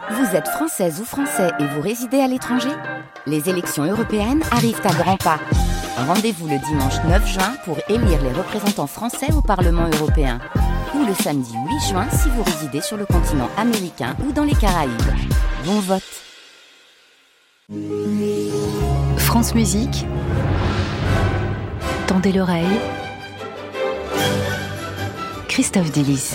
Vous êtes française ou français et vous résidez à l'étranger ? Les élections européennes arrivent à grands pas. Rendez-vous le dimanche 9 juin pour élire les représentants français au Parlement européen. Ou le samedi 8 juin si vous résidez sur le continent américain ou dans les Caraïbes. Bon vote. France Musique. Tendez l'oreille. Christophe Delis.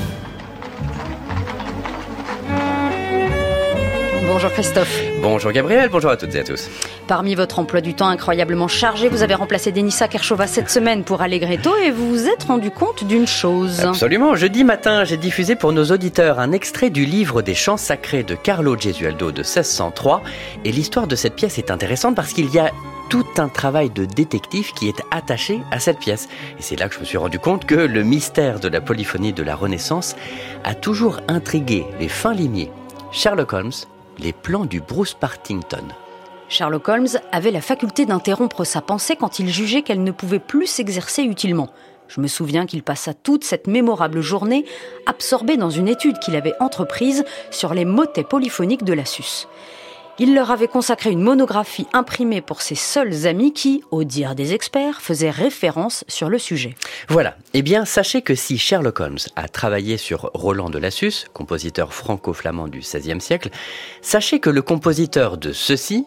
Bonjour Christophe. Bonjour Gabriel, bonjour à toutes et à tous. Parmi votre emploi du temps incroyablement chargé, vous avez remplacé Denisa Kershova cette semaine pour Allegretto et vous vous êtes rendu compte d'une chose. Absolument, jeudi matin, j'ai diffusé pour nos auditeurs un extrait du livre des chants sacrés de Carlo Gesualdo de 1603 et l'histoire de cette pièce est intéressante parce qu'il y a tout un travail de détective qui est attaché à cette pièce. Et c'est là que je me suis rendu compte que le mystère de la polyphonie de la Renaissance a toujours intrigué les fins limiers. Sherlock Holmes, les plans du Bruce Partington. Sherlock Holmes avait la faculté d'interrompre sa pensée quand il jugeait qu'elle ne pouvait plus s'exercer utilement. Je me souviens qu'il passa toute cette mémorable journée absorbé dans une étude qu'il avait entreprise sur les motets polyphoniques de Lassus. Il leur avait consacré une monographie imprimée pour ses seuls amis qui, au dire des experts, faisaient référence sur le sujet. Voilà. Eh bien, sachez que si Sherlock Holmes a travaillé sur Roland de Lassus, compositeur franco-flamand du XVIe siècle, sachez que le compositeur de ceci...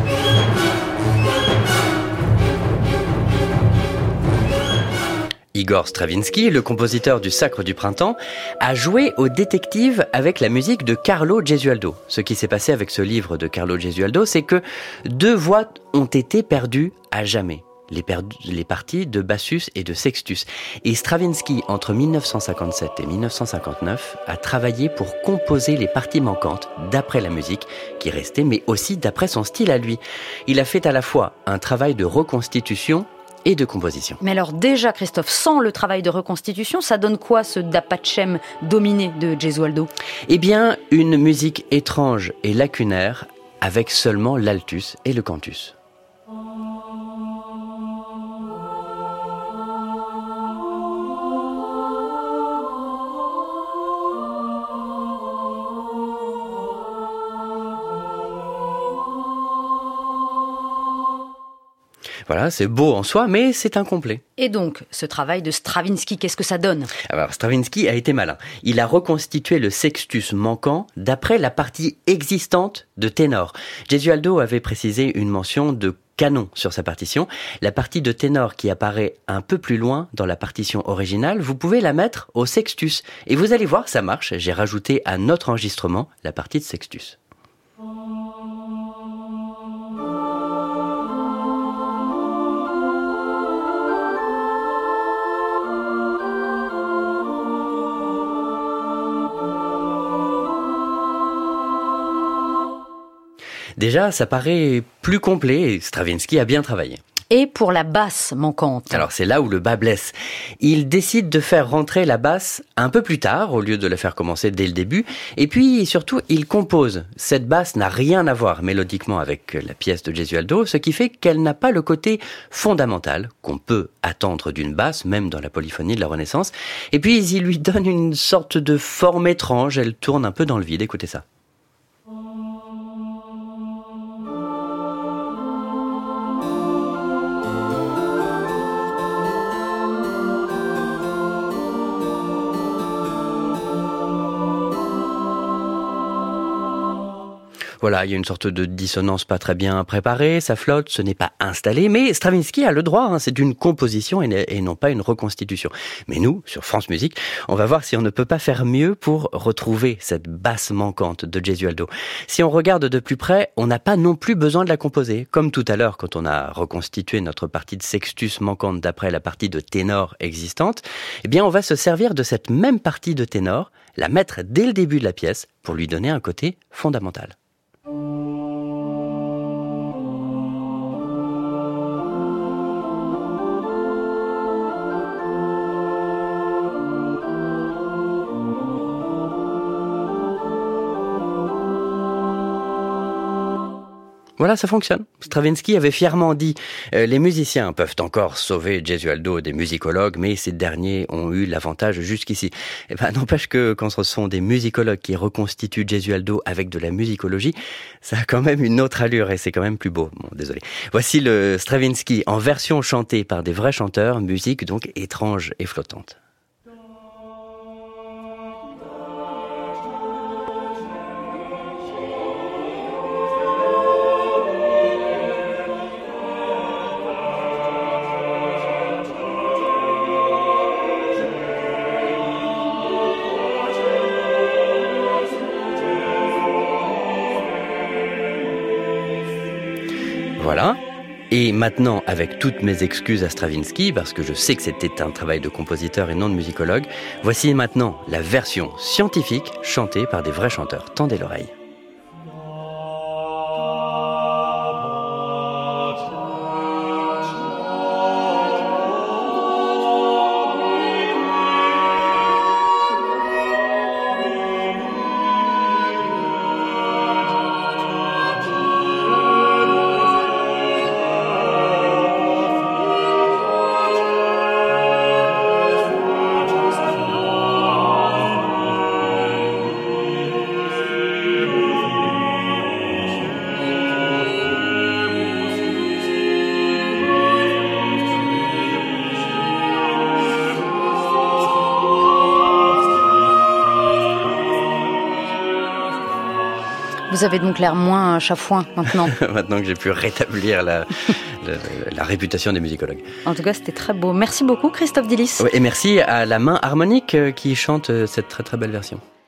Igor Stravinsky, le compositeur du Sacre du Printemps, a joué au détective avec la musique de Carlo Gesualdo. Ce qui s'est passé avec ce livre de Carlo Gesualdo, c'est que 2 voix ont été perdues à jamais. Les parties de Bassus et de Sextus. Et Stravinsky, entre 1957 et 1959, a travaillé pour composer les parties manquantes d'après la musique qui restait, mais aussi d'après son style à lui. Il a fait à la fois un travail de reconstitution et de composition. Mais alors déjà, Christophe, sans le travail de reconstitution, ça donne quoi ce Da Pacem dominé de Gesualdo ? Eh bien, une musique étrange et lacunaire avec seulement l'altus et le cantus. Voilà, c'est beau en soi, mais c'est incomplet. Et donc, ce travail de Stravinsky, qu'est-ce que ça donne ? Alors, Stravinsky a été malin. Il a reconstitué le sextus manquant d'après la partie existante de ténor. Gesualdo avait précisé une mention de canon sur sa partition. La partie de ténor qui apparaît un peu plus loin dans la partition originale, vous pouvez la mettre au sextus. Et vous allez voir, ça marche. J'ai rajouté à notre enregistrement la partie de sextus. Déjà, ça paraît plus complet et Stravinsky a bien travaillé. Et pour la basse manquante. Alors c'est là où le bas blesse. Il décide de faire rentrer la basse un peu plus tard, au lieu de la faire commencer dès le début. Et puis surtout, il compose. Cette basse n'a rien à voir mélodiquement avec la pièce de Gesualdo, ce qui fait qu'elle n'a pas le côté fondamental qu'on peut attendre d'une basse, même dans la polyphonie de la Renaissance. Et puis il lui donne une sorte de forme étrange, elle tourne un peu dans le vide. Écoutez ça. Voilà, il y a une sorte de dissonance pas très bien préparée, ça flotte, ce n'est pas installé, mais Stravinsky a le droit, c'est une composition et non pas une reconstitution. Mais nous, sur France Musique, on va voir si on ne peut pas faire mieux pour retrouver cette basse manquante de Gesualdo. Si on regarde de plus près, on n'a pas non plus besoin de la composer. Comme tout à l'heure, quand on a reconstitué notre partie de sextus manquante d'après la partie de ténor existante, eh bien on va se servir de cette même partie de ténor, la mettre dès le début de la pièce pour lui donner un côté fondamental. Voilà, ça fonctionne. Stravinsky avait fièrement dit « Les musiciens peuvent encore sauver Gesualdo des musicologues, mais ces derniers ont eu l'avantage jusqu'ici. » Eh ben, n'empêche que quand ce sont des musicologues qui reconstituent Gesualdo avec de la musicologie, ça a quand même une autre allure et c'est quand même plus beau. Bon, désolé. Voici le Stravinsky en version chantée par des vrais chanteurs, musique donc étrange et flottante. Voilà. Et maintenant, avec toutes mes excuses à Stravinsky, parce que je sais que c'était un travail de compositeur et non de musicologue, voici maintenant la version scientifique chantée par des vrais chanteurs. Tendez l'oreille. Vous avez donc l'air moins chafouin maintenant. Maintenant que j'ai pu rétablir la réputation des musicologues. En tout cas, c'était très beau. Merci beaucoup, Christophe Dillis. Et merci à la main harmonique qui chante cette très très belle version.